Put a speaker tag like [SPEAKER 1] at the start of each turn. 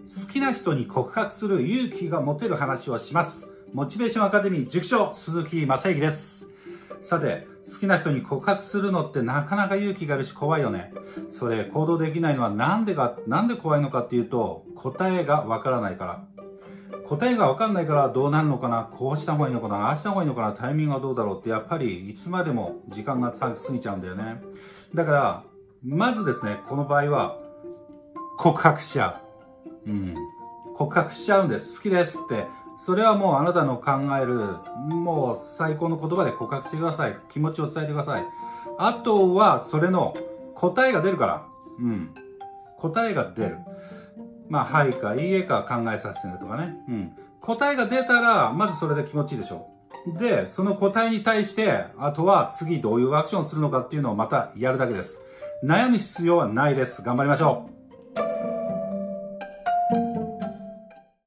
[SPEAKER 1] 好きな人に告白する勇気が持てる話をします。モチベーションアカデミー塾長、鈴木正幸です。さて、好きな人に告白するのってなかなか勇気があるし怖いよね。それ行動できないのはなんで怖いのかっていうと、答えがわからないから。答えがわかんないからどうなるのかな、こうした方がいいのかな、ああした方がいいのかな、タイミングはどうだろうってやっぱりいつまでも時間が過ぎちゃうんだよね。だから、まずですね、この場合は告白しちゃう。告白しちゃうんです。好きですって。それはもうあなたの考える、もう最高の言葉で告白してください。気持ちを伝えてください。あとは、それの答えが出るから。答えが出る。まあ、はいか、いいえか考えさせてねとかね。答えが出たら、まずそれで気持ちいいでしょう。で、その答えに対して、あとは次どういうアクションをするのかっていうのをまたやるだけです。悩む必要はないです。頑張りましょう。